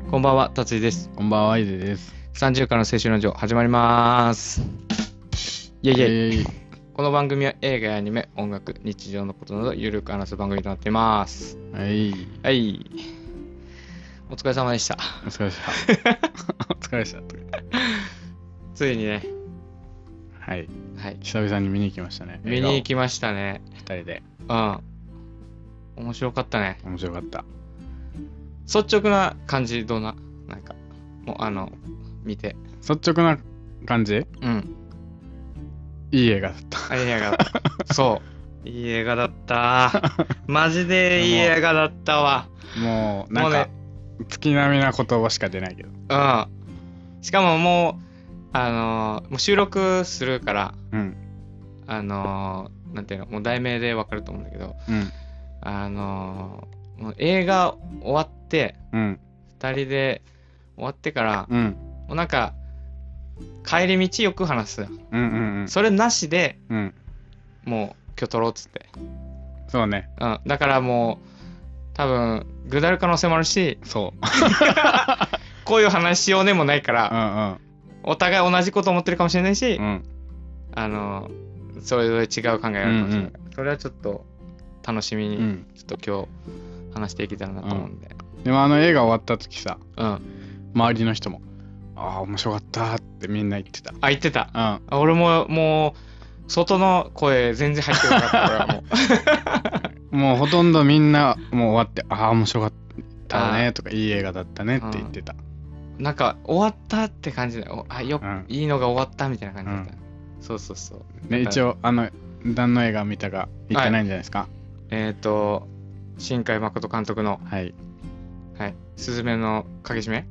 こんばんは、達井です。 こんばんは、いでです。 30からの青春ラジオ始まります。イェイイェイ。この番組は映画やアニメ、音楽、日常のことなどゆるく話す番組となっています。 はい。 はい。お疲れ様でした。 お疲れでした。お疲れでした。 ついにね。 はい。 はい。 久々に見に行きましたね。 見に行きましたね。 2人で。 うん。面白かったね。 面白かった。 率直な感じ、どんな、なんか、もう見て。 率直な感じ？ うん。 いい映画だった。 いい映画だった。そう。いい映画だった。マジでいい映画だったわ。 もう、なんか、ね、月並みな言葉しか出ないけど。 うん。しかももう、もう収録するから、 うん。 なんていうの、もう題名でわかると思うんだけど、 うん。 もう映画終わって、 うん。 2人で終わってから、 うん。 もうなんか、帰り道よく話す。 うんうんうん。 それなしで、 うん。 もう今日撮ろうっつって。 そうね。 うん。だからもう、多分、ぐだる可能性もあるし、 そう。 こういう話しようでもないから、 うんうん。 お互い同じこと思ってるかもしれないし、 うん。 それぞれ違う考えがあるかもしれない。 うんうん、 それはちょっと楽しみに、ちょっと今日話していけたらなと思うんで。 でも映画終わった時さ、 うん。 周りの人も、ああ、面白かったってみんな言ってた。 あ、言ってた。 うん。 俺もう、外の声全然入ってなかった、俺はもう。もうほとんどみんなもう終わって、ああ、面白かったねとか、いい映画だったねって言ってた。 なんか、終わったって感じだよ。いいのが終わったみたいな感じだった。そうそうそう。 ね、一応、何の映画見たか言ってないんじゃないですか。 新海誠監督の、 はい。 はい。すずめの鍵締め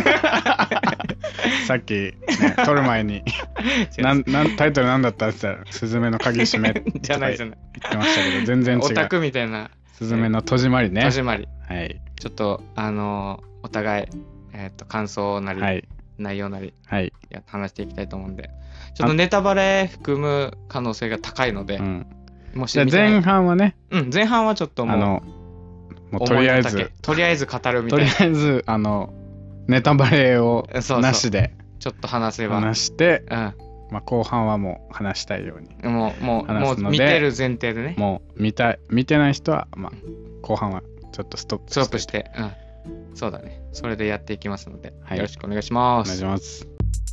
さっき、ね、撮る前にタイトルなんだったって言ったら、すずめの鍵締めじゃない言ってましたけど、全然違う。 オタクみたいな。 すずめの戸締まりね。 戸締まり。 はい。 ちょっと、お互い、感想なり、はい、内容なり、 はい、 話していきたいと思うんで、ちょっとネタバレ含む可能性が高いので、 もし前半はね、 前半はちょっともうとりあえず語るみたいな。 とりあえず、ネタバレをなしで、 ちょっと話せば。 話して、後半はもう話したいように。 もう見てる前提でね。 もう見てない人は、後半はちょっとストップして。そうだね。それでやっていきますので、よろしくお願いします。 お願いします。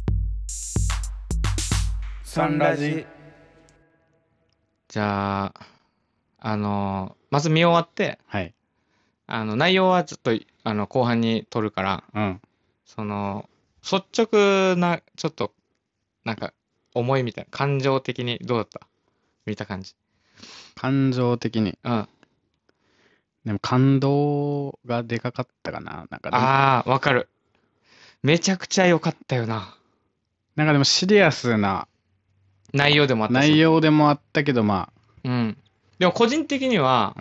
サンラジ。じゃあ、まず見終わって、 はい、 内容はちょっと後半に撮るから、率直なちょっとなんか思いみたいな、感情的にどうだった？見た感じ。 感情的に。でも感動がでかかったかな。 わかる。めちゃくちゃ良かったよな。 なんかでもシリアスな内容でもあったし。内容でもあったけど、 でも個人的には、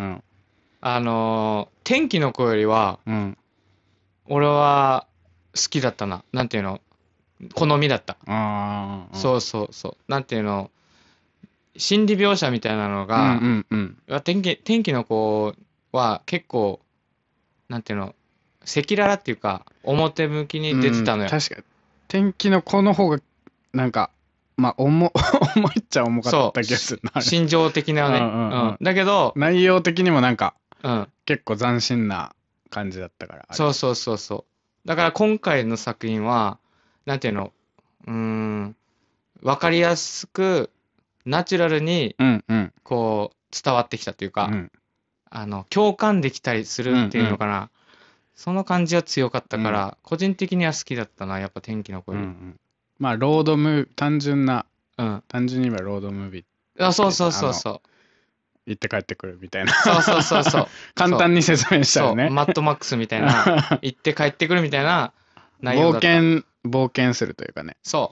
天気の子よりは、俺は好きだったな。なんていうの、好みだった。そうそうそう。なんていうの、心理描写みたいなのが、天気の子は結構、なんていうの、赤裸々っていうか、表向きに出てたのよ。 確かに。天気の子の方が、なんか、重いっちゃ重かった気がするな。 心情的なね。だけど、 内容的にもなんか、結構斬新な感じだったから。 そうそうそうそう。だから今回の作品は、なんていうの、わかりやすく、ナチュラルに、こう、伝わってきたというか、共感できたりするっていうのかな。その感じは強かったから、個人的には好きだったな、やっぱ天気の子より。 ロードムービー、単純に言えばロードムービー。 そうそうそうそう。 行って帰ってくるみたいな。 そうそう。 簡単に説明したよね。 マッドマックスみたいな、行って帰ってくるみたいな内容だった。 冒険するというかね。 そう。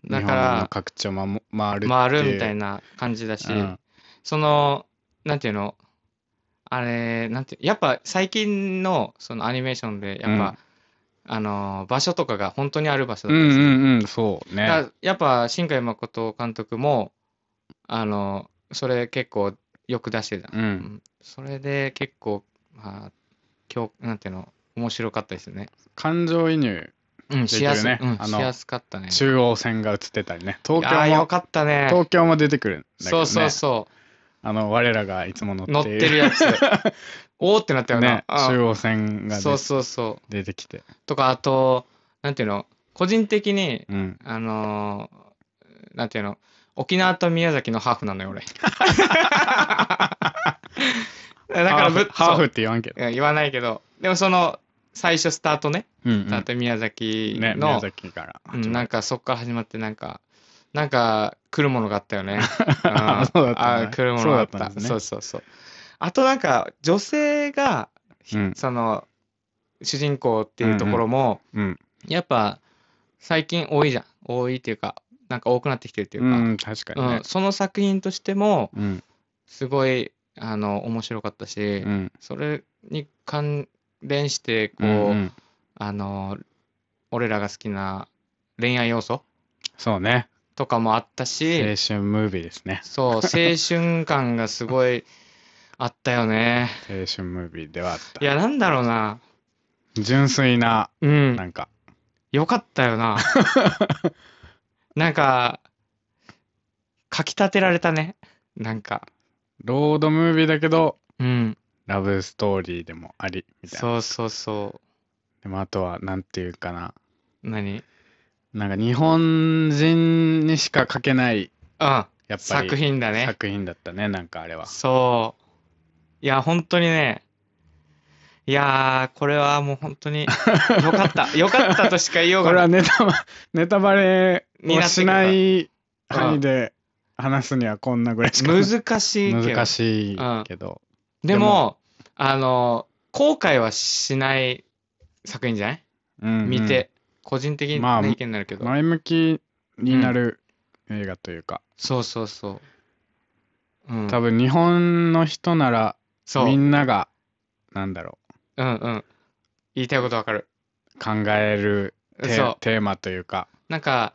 だから、 日本の各地を回るみたいな感じだし、なんていうの、やっぱ最近のそのアニメーションで、やっぱ、場所とかが本当にある場所だったんですよ。 そうね。 やっぱ新海誠監督も、それ結構よく出してた。それで結構、なんていうの、 面白かったですよね。 感情移入しやすい、 ししやすかったね。 中央線が映ってたりね。 よかったね。 東京も出てくるんだけどね。 そうそう。 我らがいつも乗ってるやつ。おーってなったよな。 ね、中央線が出てきて。 とか、あと、なんていうの、個人的に、 なんていうの、沖縄と宮崎のハーフなのよ、俺。だからハーフって言わんけど。 言わないけど、でも最初スタートね。スタート宮崎の。 宮崎から。 なんかそっから始まってなんか来るものがあったよね。 そうだったね。 来るものがあった。そうそうそう。あとなんか女性が、主人公っていうところも、やっぱ最近多いじゃん。多いっていうか、なんか多くなってきてるっていうか。確かにね。 その作品としても、すごい、面白かったし、それに関連して、俺らが好きな恋愛要素そうね。 とかもあったし、 青春ムービーですね。 そう、青春感がすごいあったよね。 青春ムービーではあった。 いや、なんだろうな。 純粋な、なんか。 よかったよな。なんか、かき立てられたね。なんか。 ロードムービーだけど、ラブストーリーでもあり、みたいな。 そうそうそう。 でもあとは、なんていうかな。 何？ なんか日本人にしか書けない、 やっぱり作品だね。 作品だったね、なんかあれは。 そう。いや、本当にね、いやー、これはもう本当に、よかった。よかったとしか言いようがない。 これはネタバレをしない範囲で話すにはこんなぐらいしか難しいけど。 難しいけど。 でも、後悔はしない作品じゃない？見て。個人的な意見になるけど。 前向きになる映画というか。 そうそうそう。 多分日本の人なら、みんなが、なんだろう。言いたいことわかる。 考えるテーマというか。 なんか、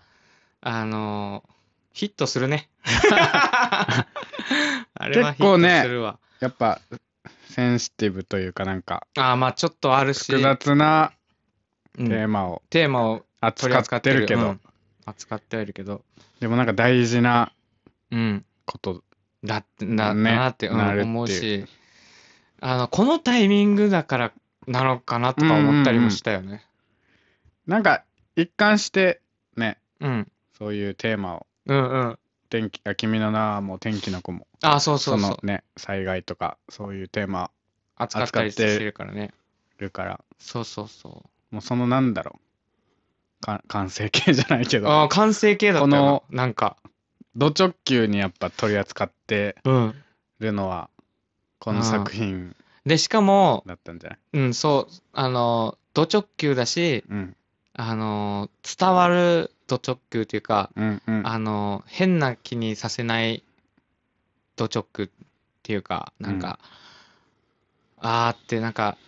ヒットするね。あれはヒットするわ。 やっぱ、センシティブというかなんか。 まあちょっとあるし。 複雑なテーマを扱ってるけど。 扱ってはいるけど。 でもなんか大事なことだなって思うし、このタイミングだからなのかなとか思ったりもしたよね。 なんか一貫してね、そういうテーマを、君の名も天気の子も、 そうそう。 ね、災害とかそういうテーマ扱ったりしてるからね。 そうそうそう。もうなんだろう。完成形じゃないけど。 完成形だったよな。なんか。 ド直球にやっぱ取り扱ってるのは、この作品で、しかも、 だったんじゃない？ そう。ド直球だし、伝わるド直球っていうか、変な気にさせないド直球っていうか、なんか、ってなんか、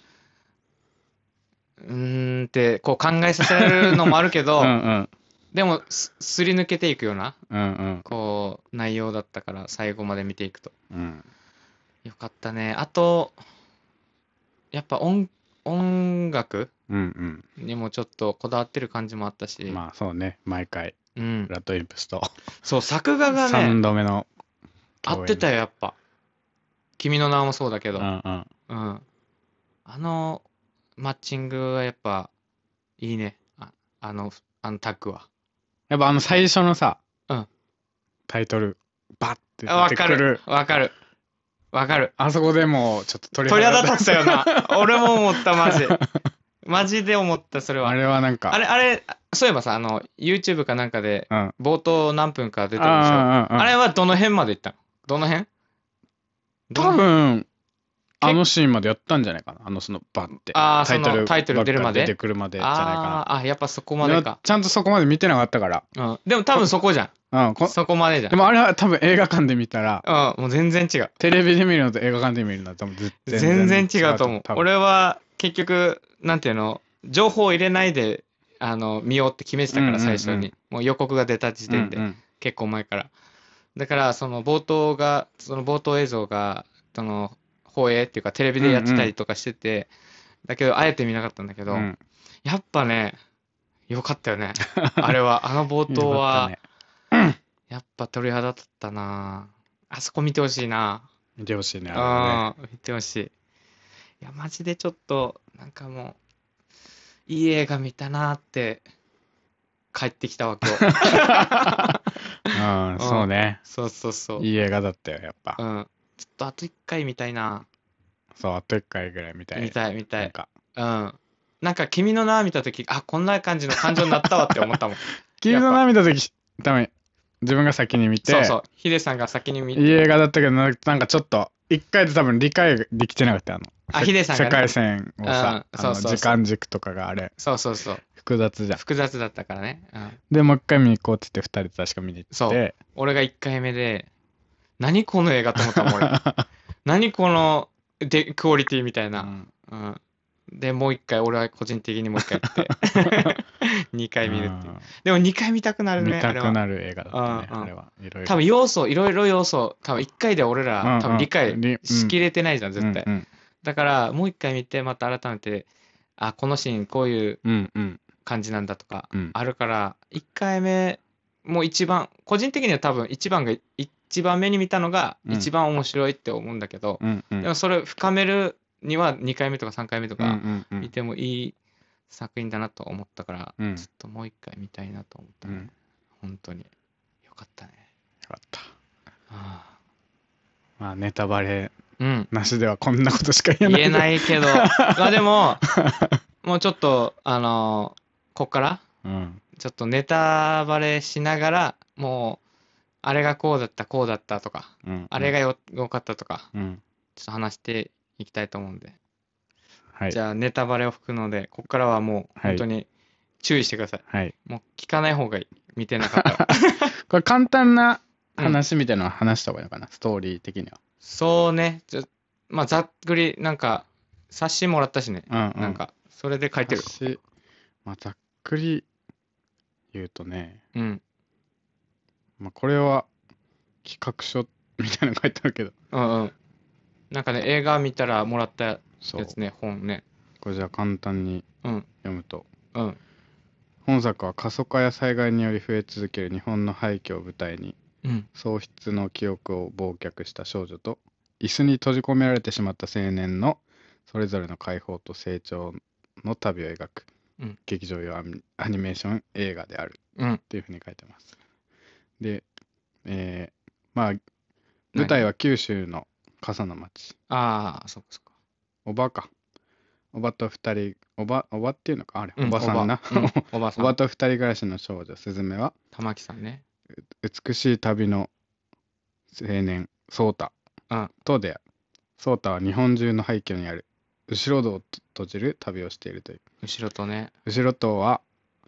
ってこう考えさせられるのもあるけど、でもすり抜けていくような、こう内容だったから最後まで見ていくと、よかったね。あとやっぱ音楽にもちょっとこだわってる感じもあったし、 まあそうね、毎回ブラッド・インプスとそう作画がね 3度目の合ってたよ。やっぱ君の名もそうだけど、マッチングはやっぱいいね。あのタッグは。 やっぱ最初のさ、タイトル、バッて出てくる。 わかる。 あそこでもちょっと鳥肌立ったよな。俺も思った、マジ。マジで思った、それは。 あれはなんか。 あれ、そういえばさ、YouTube かなんかで、冒頭何分か出てるでしょ。あれはどの辺までいったの？どの辺？ 多分、あのシーンまでやったんじゃないかな。バッて。 タイトル出るまで出てくるまでじゃないかな。 やっぱそこまでか。 ちゃんとそこまで見てなかったから。 でも多分そこじゃん。そこまでじゃん。 でもあれは多分映画館で見たら。 もう全然違う。 テレビで見るのと映画館で見るのと全然違うと思う。俺は結局、なんていうの、情報を入れないで、見ようって決めてたから最初に。もう予告が出た時点で。結構前から。だから、その冒頭映像が、放映っていうかテレビでやってたりとかしてて、 だけど、あえて見なかったんだけど、やっぱね、よかったよね。あれは、あの冒頭は、やっぱ鳥肌立ったな。あそこ見てほしいな。 見てほしいね、あれね。見てほしい。いや、マジでちょっと、なんかもう、いい映画見たなって帰ってきたわ、今日。そうね。 そうそうそう。 いい映画だったよ、やっぱ。 ちょっとあと1回見たいな。 そう、あと1回ぐらい見たい。 見たい。なんか、君の名見たとき、こんな感じの感情になったわって思ったもん。 君の名見たとき、多分、自分が先に見て、 そうそう、ヒデさんが先に見て。 いい映画だったけど、なんかちょっと、1回で多分理解できてなかった、 ヒデさんが、 世界線をさ、時間軸とかがあれ。 そうそうそう。 複雑じゃん。 複雑だったからね。 で、もう1回見に行こうって言って2人で確か見に行って。そう。 俺が1回目で、何この映画と思ったもん、俺。何このクオリティみたいな。で、もう1回、俺は個人的にもう1回やって、2回見るっていう。でも2回見たくなるね。 見たくなる映画だったね、あれは。 多分いろいろ要素、多分1回で俺ら、多分理解しきれてないじゃん、絶対。だから、もう1回見て、また改めて、このシーンこういう感じなんだとか、あるから、1回目、もう一番、個人的には多分一番目に見たのが一番面白いって思うんだけど、でもそれ深めるには2回目とか3回目とか見てもいい作品だなと思ったから、ちょっともう一回見たいなと思ったね。本当に。よかったね。 よかった。まあ、ネタバレなしではこんなことしか言えないけど、でも、もうちょっと、こっから、ちょっとネタバレしながら、もう、あれがこうだったとか、あれがよかったとか、ちょっと話していきたいと思うんで。じゃあ、ネタバレを吹くので、ここからはもう、本当に注意してください。もう、聞かない方がいい。見てなかったら。 これ、簡単な話みたいなの話した方がいいのかな、ストーリー的には。 そうね。まあ、ざっくり、なんか、冊子もらったしね。なんか、それで書いてる。 まあ、ざっくり言うとね、まあ、これは企画書みたいなの書いてあるけど、 なんかね、映画見たらもらったやつね、本ね。 これじゃあ簡単に読むと、本作は過疎化や災害により増え続ける日本の廃墟を舞台に、喪失の記憶を忘却した少女と椅子に閉じ込められてしまった青年のそれぞれの解放と成長の旅を描く、劇場用アニメーション映画であるっていうふうに書いてます。で、まあ舞台は九州の過疎の町。 そっかそっか。 おばと二人、おばっていうのか、あれ、おばさんな。おばと二人暮らしの少女、すずめは、 玉木さんね。 美しい旅の青年、ソータと出会う。ソータは日本中の廃墟にある後ろ戸を閉じる旅をしているという。 後ろ戸ね。 後ろ戸は、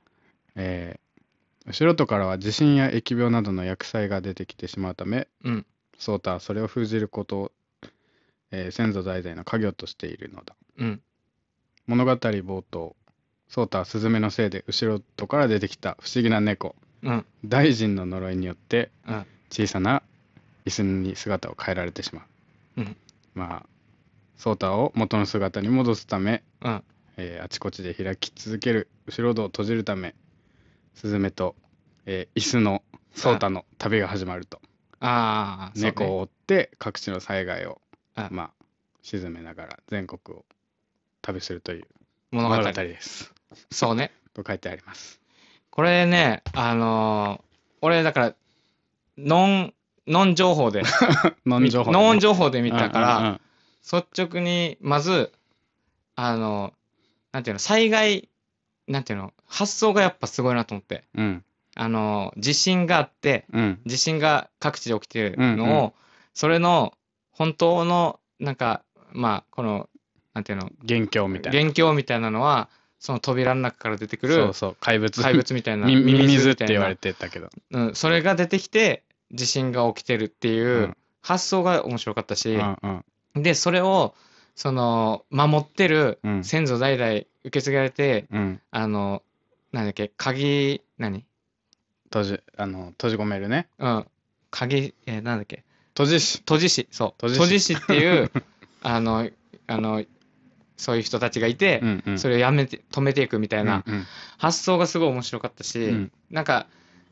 後ろ戸からは地震や疫病などの厄災が出てきてしまうため、ソータはそれを封じることを、先祖代々の家業としているのだ。物語冒頭、ソータはスズメのせいで後ろ戸から出てきた不思議な猫、大臣の呪いによって、小さな椅子に姿を変えられてしまう。まあ、ソータを元の姿に戻すため、あちこちで開き続ける後ろ戸を閉じるため、スズメと、椅子のソータの旅が始まると。猫を追って各地の災害を、まあ、沈めながら全国を旅するという物語です。 そうね。 と書いてあります。 これね、俺だから、ノン情報でノン情報で見たから、率直に、まず、なんていうの、災害、なんていうの、発想がやっぱすごいなと思って。地震があって、地震が各地で起きてるのを、それの本当の、なんか、まあ、この、なんていうの、 元凶みたいなのは、その扉の中から出てくる、 怪物みたいな。 ミミズって言われてたけど。 それが出てきて、地震が起きてるっていう発想が面白かったし、で、それを、守ってる先祖代々受け継がれて、なんだっけ、閉じ込めるね。 なんだっけ。 閉じ師。 そう。閉じ師っていう、 そういう人たちがいて、それを止めていくみたいな発想がすごい面白かったし、なんか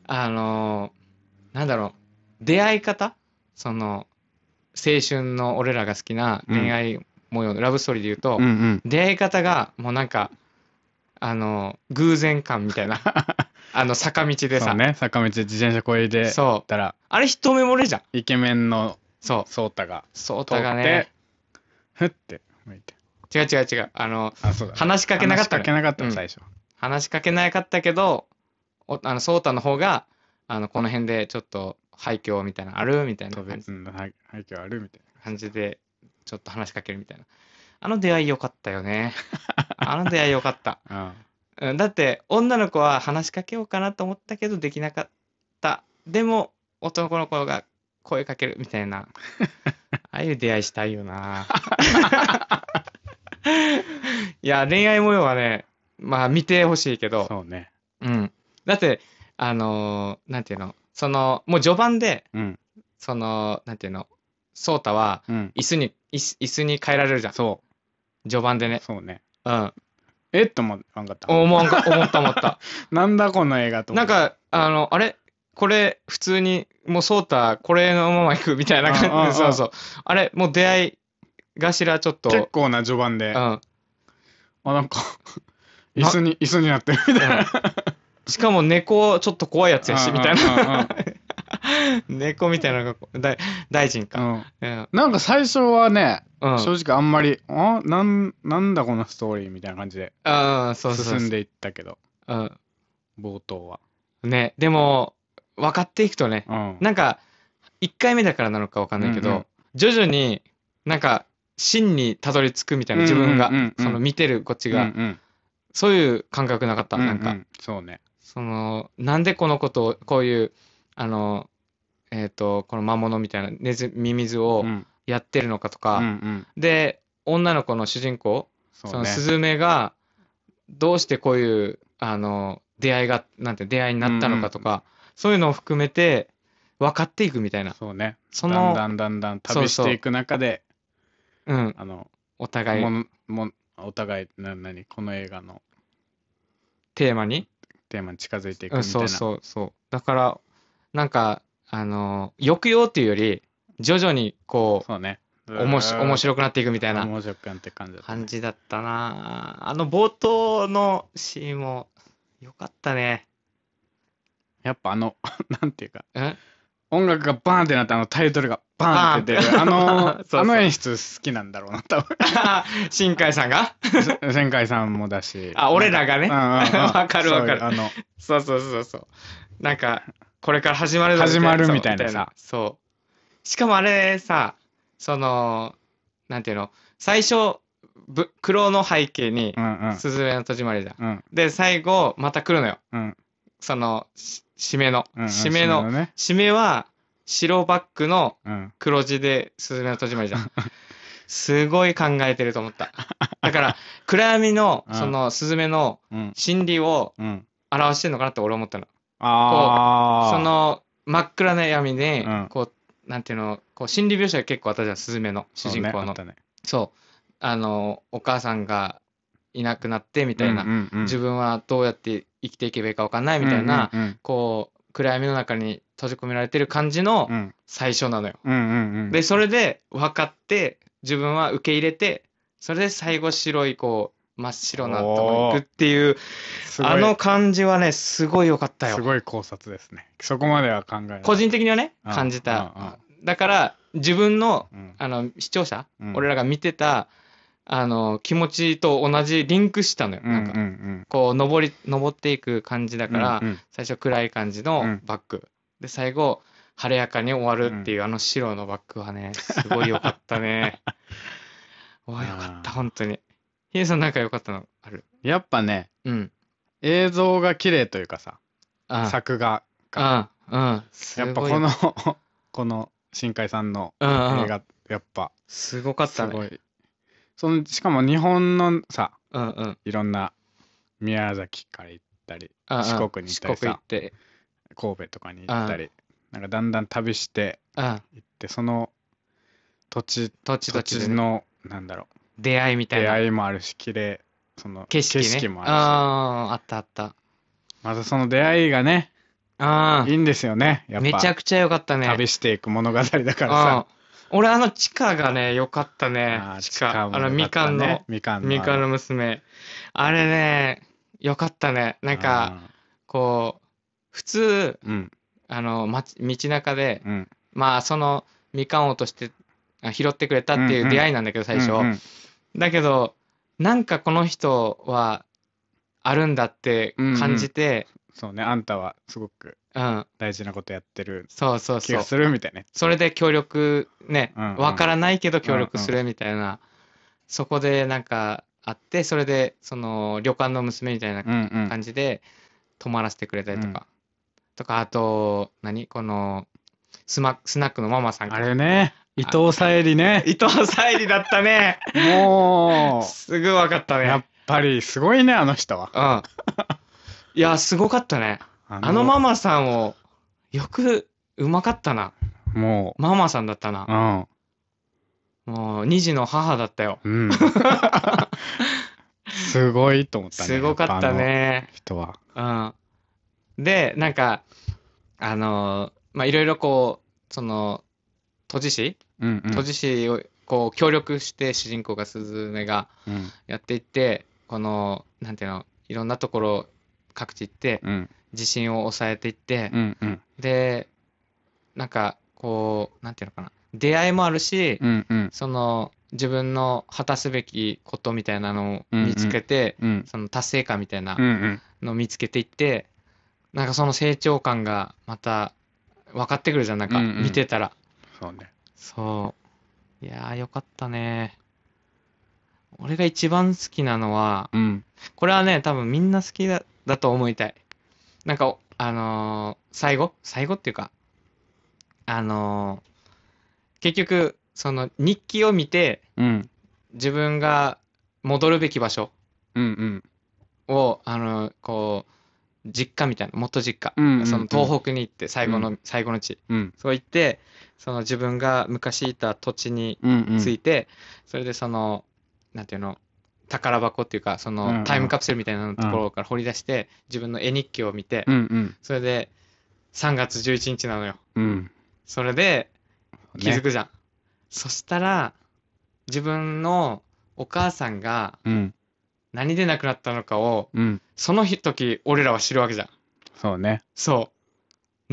なんだろう、出会い方、その青春の俺らが好きな恋愛模様のラブストーリーで言うと、出会い方がもうなんか偶然感みたいな坂道でさ、 そうね、坂道で自転車こいでたら、 あれ一目惚れじゃん。 イケメンのソータがね、 ふって向いて、 違うそうだ、 話しかけなかった話しかけなかったの、最初話しかけなかったけど、ソータの方がこの辺でちょっと廃墟みたいなあるみたいな感じ、 廃墟あるみたいな感じでちょっと話しかけるみたいな、出会いよかったよね。出会いよかった。だって女の子は話しかけようかなと思ったけどできなかった。でも男の子が声かけるみたいな、ああいう出会いしたいよな。いや、恋愛模様はね、まあ見てほしいけど、 そうね。 だってなんていうの、もう序盤で、なんていうの、ソータは椅子に変えられるじゃん。 そう。 序盤でね。 そうね。と思わんかった。 思った。 なんだこの映画と。 なんか、あれこれ、普通に、もうソータ、これのまま行くみたいな感じで、そうそう。あれ、もう出会い頭ちょっと。 結構な序盤で。なんか、椅子になってるみたいな。 しかも猫、ちょっと怖いやつやし、みたいな。猫みたいなのが、大臣か。 なんか最初はね、正直あんまり、なんだこのストーリーみたいな感じで進んでいったけど、冒頭は。 ね、でも、分かっていくとね、なんか、1回目だからなのか分かんないけど、徐々になんか、真にたどり着くみたいな、自分が、見てるこっちが、そういう感覚なかった、なんか。 そうね。 なんでこのことを、こういう、この魔物みたいなミミズをやってるのかとか、で、女の子の主人公、そのスズメが、どうしてこういう、出会いになったのかとか、そういうのを含めて、分かっていくみたいな。 そうね。だんだん旅していく中で、 お互い、 この映画のテーマに近づいていくみたいな。 そう。だから、なんか、抑揚っていうより、徐々にこう、 そうね。 面白くなっていくみたいな面白くなって感じだったな。冒頭のシーンもよかったね。 やっぱなんていうか、音楽がバーンってなったタイトルがバーンって出る。あの演出好きなんだろうな、多分。 新海さんが新海さんもだし。 俺らがね。わかる。そう。なんか、これから始まるみたいなさ。 そう。しかもあれさ、なんていうの、最初、黒の背景に、スズメの戸締まりじゃん。で、最後、また来るのよ。締めは、白バックの黒字でスズメの戸締まりじゃん。すごい考えてると思った。だから、暗闇の、スズメの心理を表してるのかなって俺思ったの。真っ暗な闇で、なんていうの、心理描写が結構あったじゃん、スズメの主人公の。そう。お母さんがいなくなってみたいな、自分はどうやって生きていけばいいか分かんないみたいな、暗闇の中に閉じ込められてる感じの最初なのよ。で、それで分かって、自分は受け入れて、それで最後白い真っ白なところに行くっていう、感じはね、すごい良かったよ。 すごい考察ですね。そこまでは考えない。 個人的にはね、感じた。だから、自分の、視聴者、俺らが見てた、気持ちと同じリンクしたのよ。なんか、登っていく感じだから、最初暗い感じのバック。で、最後、晴れやかに終わるっていう白のバックはね、すごい良かったね。よかった、本当に。ヒデさんなんか良かったのある？ やっぱね、映像が綺麗というかさ、作画が。やっぱこの新海さんの映画、やっぱ。 すごかったね。 すごい。しかも日本のさ、いろんな宮崎から行ったり、四国に行ったりさ、神戸とかに行ったり、なんかだんだん旅して行って、その土地の、なんだろう、 出会いみたいな。 出会いもあるし、その景色ね。 景色もあるし。 あったあった。 またその出会いがね、いいんですよね。やっぱ。 めちゃくちゃ良かったね。 旅していく物語だからさ。 俺地下がね、良かったね。地下。みかんの娘。あれね、良かったね。なんか、こう、普通、道中で、まあ、その、みかんをとして拾ってくれたっていう出会いなんだけど、最初。だけど、なんかこの人は、あるんだって感じて、 そうね、あんたはすごく大事なことやってる気がするみたいな。 それで協力ね、わからないけど協力するみたいな、そこでなんかあって、それでその旅館の娘みたいな感じで泊まらせてくれたりとか、あと、このスナックのママさんあれね、伊藤沙莉ね。 伊藤沙莉だったね。 もう、 すぐ分かったね。 やっぱりすごいね、あの人は。 いや、すごかったね。あのママさんを、うまかったな。 もう。ママさんだったな。もう、2児の母だったよ。 すごいと思ったね。 すごかったね。 人は。 で、なんか、まあ、いろいろこう、その、都知事を、こう、協力して主人公がスズメがやっていって、この、なんていうの、いろんなところ、各地行って、地震を抑えていって、で、なんか、こう、なんていうのかな、出会いもあるし、その、自分の果たすべきことみたいなのを見つけて、その達成感みたいなのを見つけていって、なんかその成長感がまた分かってくるじゃん、なんか見てたら。 そうね。 そう。いやーよかったね。俺が一番好きなのは、これはね、多分みんな好きだと思いたい。なんか、最後っていうか、結局、その日記を見て、自分が戻るべき場所を、こう、実家みたいな、元実家、その東北に行って、最後の地、そう行って、その自分が昔いた土地について、それでその、なんていうの、宝箱っていうか、そのタイムカプセルみたいなところから掘り出して、自分の絵日記を見て、それで3月11日なのよ。それで気づくじゃん。そしたら、自分のお母さんが何で亡くなったのかを、その時俺らは知るわけじゃん。 そうね。 そう。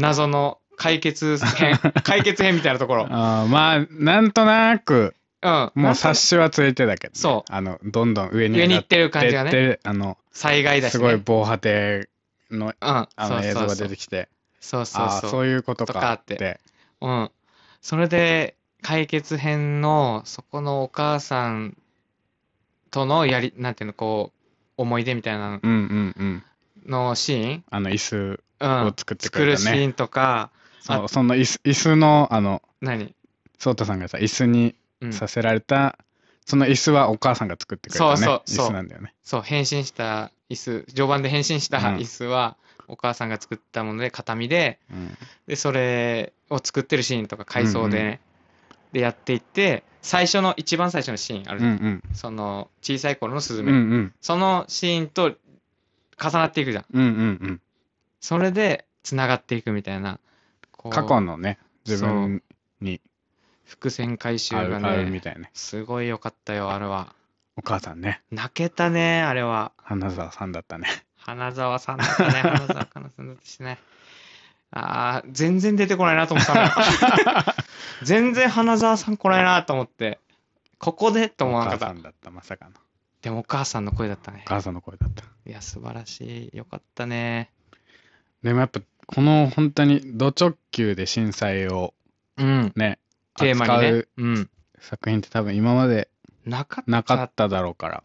謎の解決編みたいなところ。 まあ、なんとなく、もう察しはついてたけど、 そう。 どんどん上に行ってる感じがね。災害だし、ね。 すごい防波堤の、映像が出てきて。そういうことかって。 それで、解決編の、そこのお母さんとのなんていうの、こう、思い出みたいなのシーン、 椅子を作ってくれたね。 作るシーンとか、 その椅子の、 何ソータさんがさ、椅子にさせられた、その椅子はお母さんが作ってくれたね。椅子なんだよね。 そう、変身した椅子、序盤で変身した椅子は、お母さんが作ったもので、形見で、で、それを作ってるシーンとか、回想でね、でやっていって、一番最初のシーンあるじゃん。その、小さい頃のスズメ。そのシーンと重なっていくじゃん。それで、繋がっていくみたいな。 過去のね、自分に。 伏線回収がね、すごい良かったよ、あれは。 お母さんね。 泣けたね、あれは。 花澤さんだったね。 花澤さんだったね、花澤香菜さんだったしね。全然出てこないなと思ったのよ。全然花澤さん来ないなと思って。ここでと思わなかった。 お母さんだった、まさかの。 でもお母さんの声だったね。 お母さんの声だった。 いや、素晴らしい。よかったね。 でもやっぱ、この本当に、ド直球で震災を、ね、 テーマにね。 作品って多分今までなかっただろうから。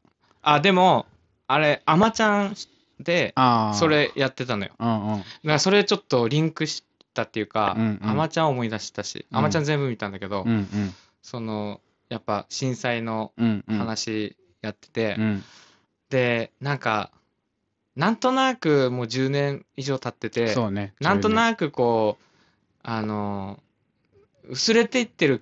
でも、あれ、あまちゃんで、それやってたのよ。だからそれちょっとリンクしたっていうか、あまちゃん思い出したし、あまちゃん全部見たんだけど、その、やっぱ震災の話やってて、で、なんか、なんとなくもう10年以上経ってて、 そうね、 なんとなくこう、薄れていってる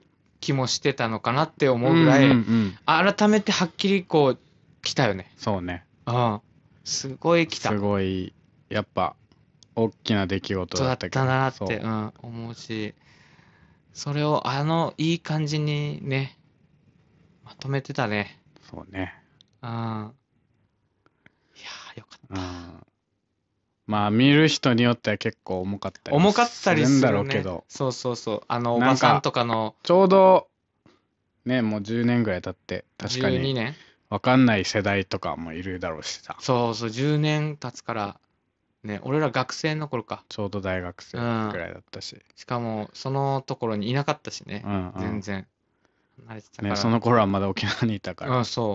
気もしてたのかなって思うぐらい、改めてはっきりこう来たよね。 そうね。 すごい来た。 すごい、やっぱ、大きな出来事だったけど。 だったなって、思うし、それをいい感じにね、まとめてたね。 そうね。 いやー、よかった。 まあ、見る人によっては結構重かったりするんだろうけど。 そうそうそう。おばさんとかの。 ちょうど、ね、もう10年ぐらい経って、確かに。 12年わかんない世代とかもいるだろうしさ。 そうそう、10年経つから、ね、俺ら学生の頃か。 ちょうど大学生ぐらいだったし。 しかも、そのところにいなかったしね。全然。 離れてたから。ね、その頃はまだ沖縄にいたから。 そう。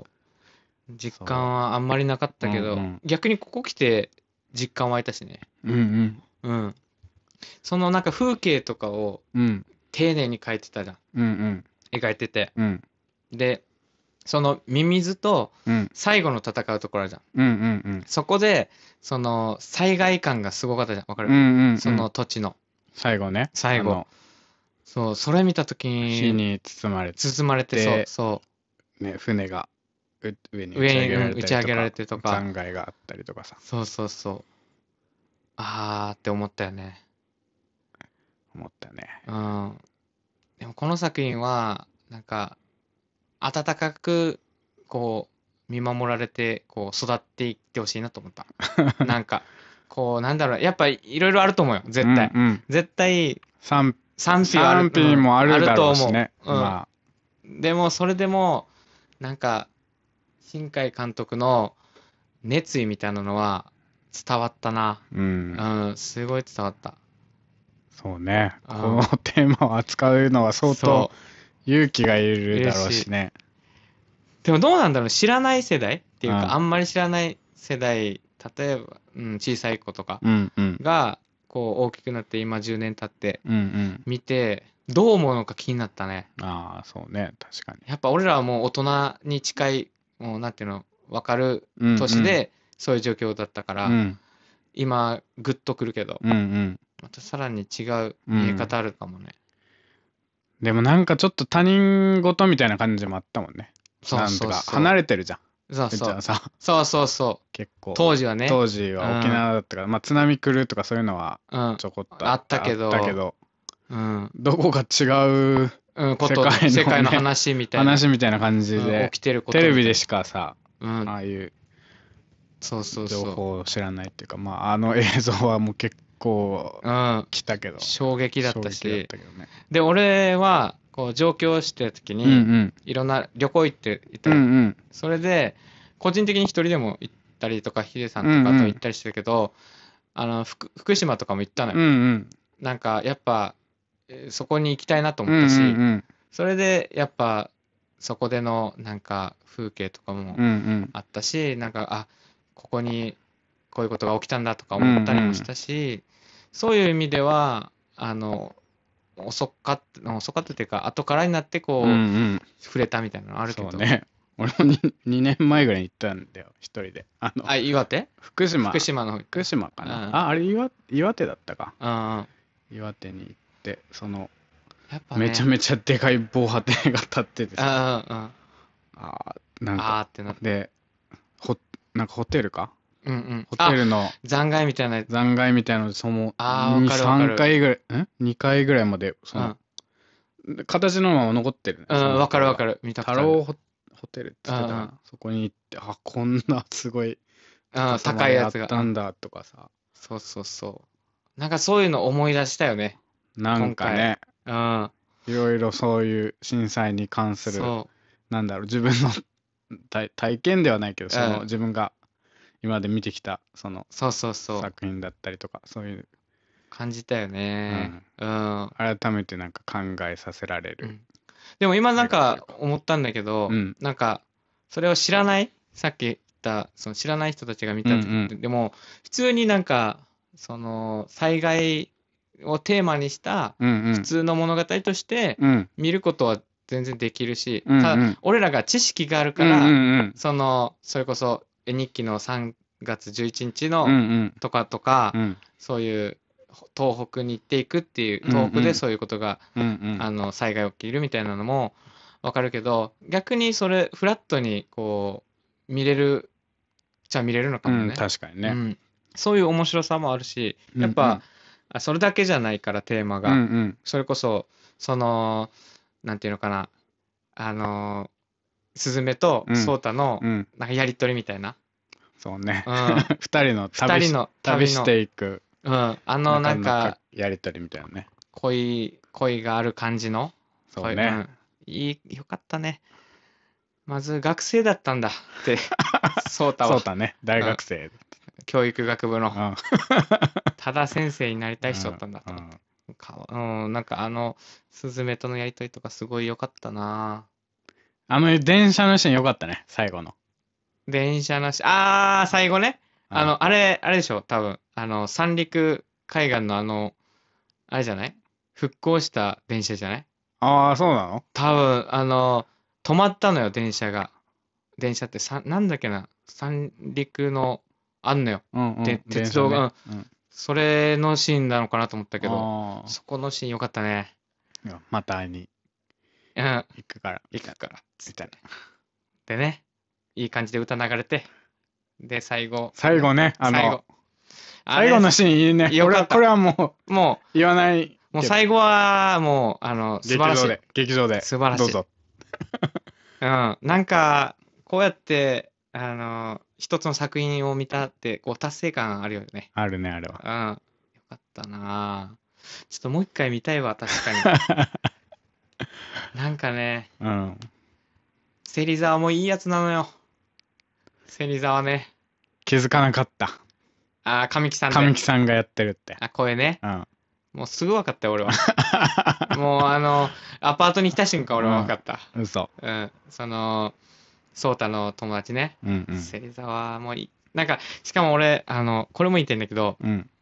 実感はあんまりなかったけど、逆にここ来て実感湧いたしね。そのなんか風景とかを丁寧に描いてたじゃん。描いてて。で、そのミミズと最後の戦うところあるじゃん。そこで、その災害感がすごかったじゃん。わかる？その土地の。 最後ね。 最後。そう、それ見たときに。 火に包まれて、 そう。 ね、船が上に打ち上げられてとか。 残骸があったりとかさ。 そうそうそう。あーって思ったよね。 思ったね。 でもこの作品は、なんか、温かく、こう、見守られて、こう、育っていってほしいなと思った。なんか、こう、なんだろう、やっぱいろいろあると思うよ、絶対。絶対、賛否もあるだろうしね。 でも、それでも、なんか、新海監督の熱意みたいなのは伝わったな。すごい伝わった。 そうね。このテーマを扱うのは相当勇気がいるだろうしね。 でもどうなんだろう、知らない世代っていうか、あんまり知らない世代、例えば、小さい子とかが、こう大きくなって今10年経って見て、どう思うのか気になったね。 ああ、そうね、確かに。 やっぱ俺らはもう大人に近い、もうなんていうの、分かる年でそういう状況だったから、今グッとくるけど、またさらに違う見え方あるかもね。 でもなんかちょっと他人事みたいな感じもあったもんね。なんとか離れてるじゃん。 そうそう。 結構。 当時はね。 当時は沖縄だったから、まあ津波来るとかそういうのはちょこっとあったけど、 どこか違う世界の話みたいな感じで、 起きてることテレビでしかさ、ああいう情報を知らないっていうか、まあ映像はもう結構来たけど、 衝撃だったし、で俺はこう上京してた時にいろんな旅行行っていた、それで個人的に一人でも行ったりとかヒデさんとかと行ったりしてるけど、福島とかも行ったのよ。なんかやっぱそこに行きたいなと思ったし、それでやっぱそこでのなんか風景とかもあったし、なんかここにこういうことが起きたんだとか思ったりもしたし、そういう意味では遅かったっていうか後からになってこう、触れたみたいなのあるけど。 そうね。俺も2年前ぐらいに行ったんだよ、一人で。 岩手？ 福島の方。 福島かな。あれ岩手だったか。岩手に行って、やっぱめちゃめちゃでかい防波堤が立っててさ。なんか、で、なんかホテルか？ホテルの残骸みたいなのその3回ぐらい2回ぐらいまで形のまま残ってる。 わかる。 見たことある。太郎ホテルって言ってたらそこに行って、こんなすごい高いやつがあったんだとかさ。 そうなんかそういうの思い出したよね。 なんかね、いろいろそういう震災に関する、なんだろう、自分の体験ではないけど、自分が今まで見てきた作品だったりとか、そういう感じたよね。 改めてなんか考えさせられる。 でも今なんか思ったんだけど、なんかそれを知らない、さっき言ったその知らない人たちが見た時でも普通になんかその災害をテーマにした普通の物語として見ることは全然できるし、ただ俺らが知識があるから、それこそ絵日記の3月11日のとかそういう東北に行っていくっていう、東北でそういうことが、災害起きるみたいなのもわかるけど、逆にそれフラットにこう見れるじゃ見れるのかもね。 確かにね、 そういう面白さもあるし、やっぱ、それだけじゃないからテーマが、それこそなんていうのかな、スズメとソータのなんかやりとりみたいな。 そうね。二人の旅していく。なんかやりとりみたいなね。 恋がある感じの。 そうね。 よかったね。まず学生だったんだってソータは。 ソータね、大学生。 教育学部の。ただ先生になりたい人だったんだと思って。なんかスズメとのやりとりとかすごい良かったな。 電車のシーン良かったね、最後の。 電車の最後ね。あれでしょ、多分。三陸海岸のあれじゃない？復興した電車じゃない？ ああ、そうなの？ 多分、止まったのよ、電車が。電車ってなんだっけな、三陸の、あんのよ。鉄道が、それのシーンなのかなと思ったけど、そこのシーンよかったね。 また会いに行くから。 みたいな。でね、いい感じで歌流れて、で、最後ね、最後のシーンいいね。これはもう言わない。 もう最後はもう素晴らしい。 劇場で素晴らしい。 どうぞ。 なんかこうやって一つの作品を見たってこう達成感あるよね。 あるね、あれは。 よかったな。ちょっともう一回見たいわ、確かに。なんかね、芹沢もいいやつなのよ。芹沢ね。 気づかなかった。 神木さんで。 神木さんがやってるって。 声ね。もうすぐ分かったよ、俺は。もうアパートに来た瞬間俺は分かった。 嘘。 ソータの友達ね。芹沢もいい。なんか、しかも俺、これも言ってんだけど、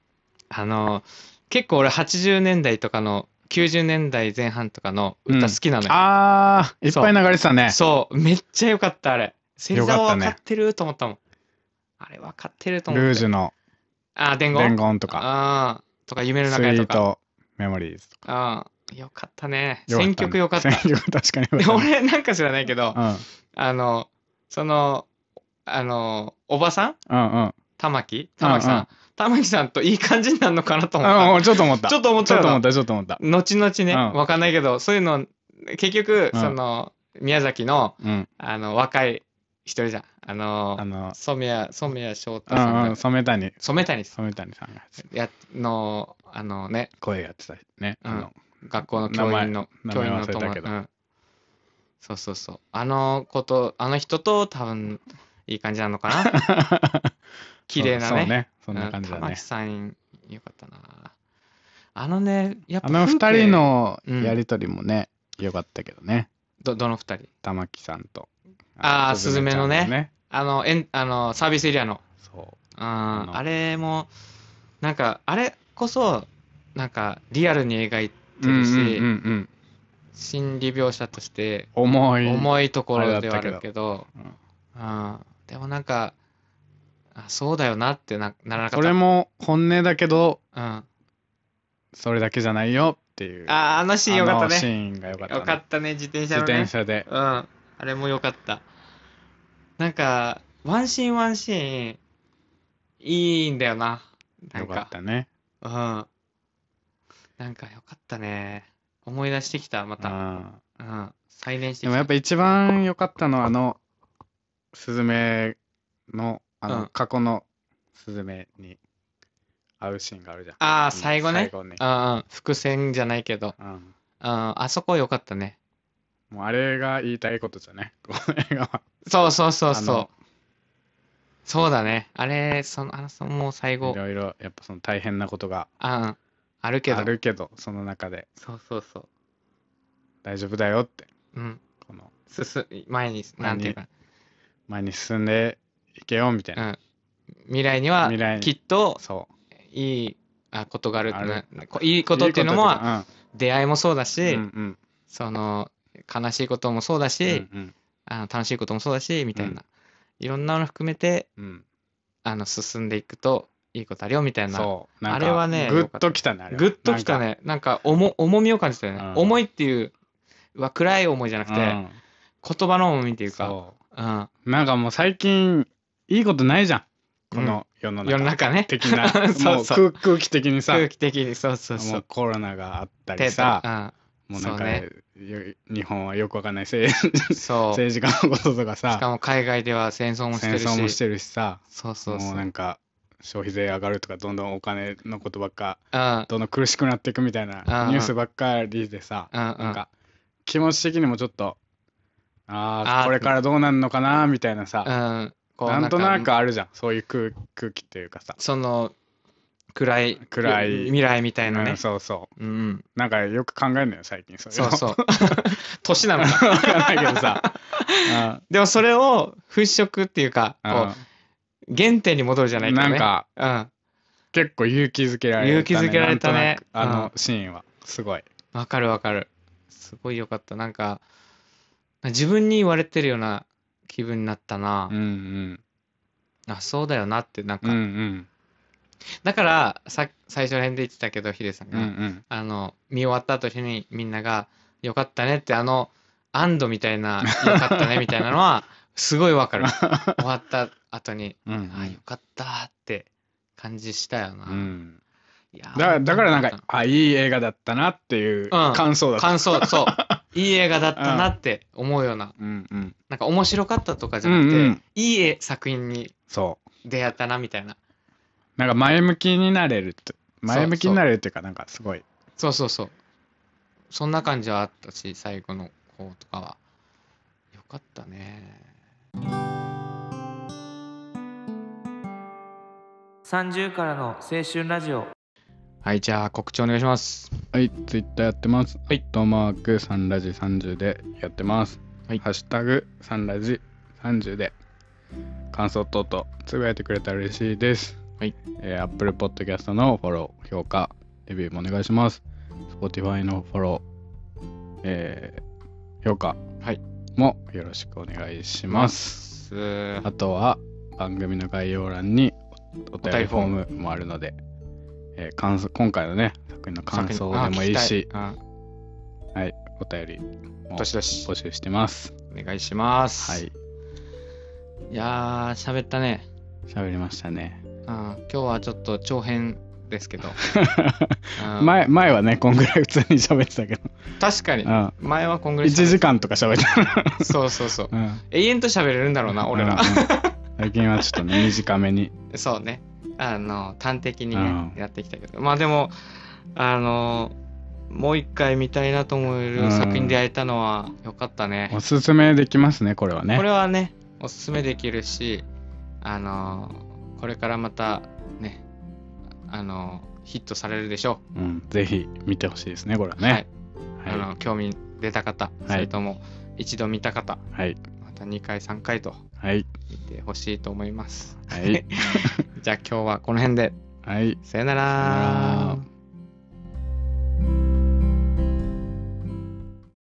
結構俺80年代とかの、90年代前半とかの歌好きなのよ。 いっぱい流れてたね。 そう、めっちゃよかった、あれ。芹沢分かってると思ったもん。あれ分かってると思って。 ルージュの。 伝言とか。 とか、夢の中へとか。 スイートメモリーズとか。よかったね。選曲よかった。 選曲確かによかった。 俺なんか知らないけど、おばさん玉木さんといい感じになるのかなと思った。 ちょっと思った。 ちょっと思った。後々ね、わかんないけど、そういうの、結局、宮崎の、若い一人じゃん。染谷翔太さん。 染谷さんが。 ね。 声やってたね。 学校の教員の友達。そう。あの人と多分、いい感じなのかな。綺麗なね。 そうね。そんな感じだね。 玉木さん、よかったな。やっぱ二人のやりとりもね、よかったけどね。 どの二人？ 玉木さんと。 スズメのね。サービスエリアの。 そう。 あれも、なんか、あれこそ、なんか、リアルに描いてるし、心理描写として、重いところではあるけど、でもなんか、そうだよなってならなかった。 それも本音だけど、それだけじゃないよっていう。 シーンよかったね。 シーンがよかったね。 よかったね、自転車のね。 自転車で。 あれもよかった。なんか、ワンシーン、いいんだよな。 よかったね。 なんかよかったね。思い出してきた、また。再燃してきた。 でもやっぱ一番よかったのは、スズメの、過去のスズメに会うシーンがあるじゃん。 最後ね。伏線じゃないけど。あそこよかったね。 もうあれが言いたいことじゃね、この映画は。 そう。そうだね。あれ、もう最後。 いろいろ、やっぱその大変なことが。 あるけど。 その中で。 そう。 大丈夫だよって。 前に、なんていうか。 前に進んでいけよ、みたいな。 未来には、きっと、いいことがある。いいことっていうのも、出会いもそうだし、悲しいこともそうだし、楽しいこともそうだし、みたいな。いろんなの含めて、進んでいくといいことあるよみたいな。 そうあれはね、 グッときたね、あれ。 グッときたね。なんか重みを感じたよね。重いっていう暗い思いじゃなくて、言葉の重みっていうか。 なんかもう最近いいことないじゃん、この世の中ね的な。もう空気的にさ、 空気的にそうもうコロナがあったりさ、もうなんか日本はよくわかんない政治家のこととかさ、 しかも海外では戦争もしてるしさ、もうなんか消費税上がるとか、どんどんお金のことばっかどんどん苦しくなっていくみたいなニュースばっかりでさ、なんか気持ち的にもちょっとこれからどうなるのかなみたいなさ、なんとなくあるじゃん、そういう空気っていうかさ、 その暗い未来みたいなね。 そうそう。なんかよく考えるのよ最近。 そうそう。年なのかわかんないけどさ。 でもそれを払拭っていうか、原点に戻るじゃないけどね。 なんか結構勇気づけられたね。 勇気づけられたね。 あのシーンはすごい。 わかる。すごいよかった。なんか自分に言われてるような気分になったな。そうだよなってなんか。だから最初ら辺で言ってたけど、ヒデさんが、見終わった後にみんながよかったねって、安堵みたいなよかったねみたいなのはすごいわかる。終わった後によかったって感じしたよな。 だからなんかいい映画だったなっていう感想だった。 そういい映画だったなって思うような、なんか面白かったとかじゃなくて、いい作品に出会ったなみたいな。 なんか前向きになれるっていうか、なんかすごい。 そう。そんな感じはあったし、最後の方とかは。よかったね。30からの青春ラジオ。はい、じゃあ告知お願いします。 はい、ツイッターやってます。マークサンラジ30でやってます。ハッシュタグサンラジ30で感想等々つぶやいてくれたら嬉しいです。Apple Podcast のフォロー、評価、レビューもお願いします。Spotify のフォロー、評価もよろしくお願いします。あとは番組の概要欄にお便りフォームもあるので、今回のね作品の感想でもいいし、お便りも募集してます。 お願いします。いやー、喋ったね。 喋りましたね。 今日はちょっと長編ですけど前はねこんぐらい普通に喋ってたけど、 確かに前はこんぐらい 1時間とか喋ってたそう、永遠と喋れるんだろうな、俺ら最近はちょっとね短めにそうね、端的にねやってきたけど、まあでももう一回見たいなと思える作品に出会えたのはよかったね。 おすすめできますね、これはね。 これはねおすすめできるし、これからまたねヒットされるでしょう。ぜひ見てほしいですね、これはね。 興味出た方、それとも一度見た方、また2回3回と見てほしいと思います。じゃあ今日はこの辺で、さよなら。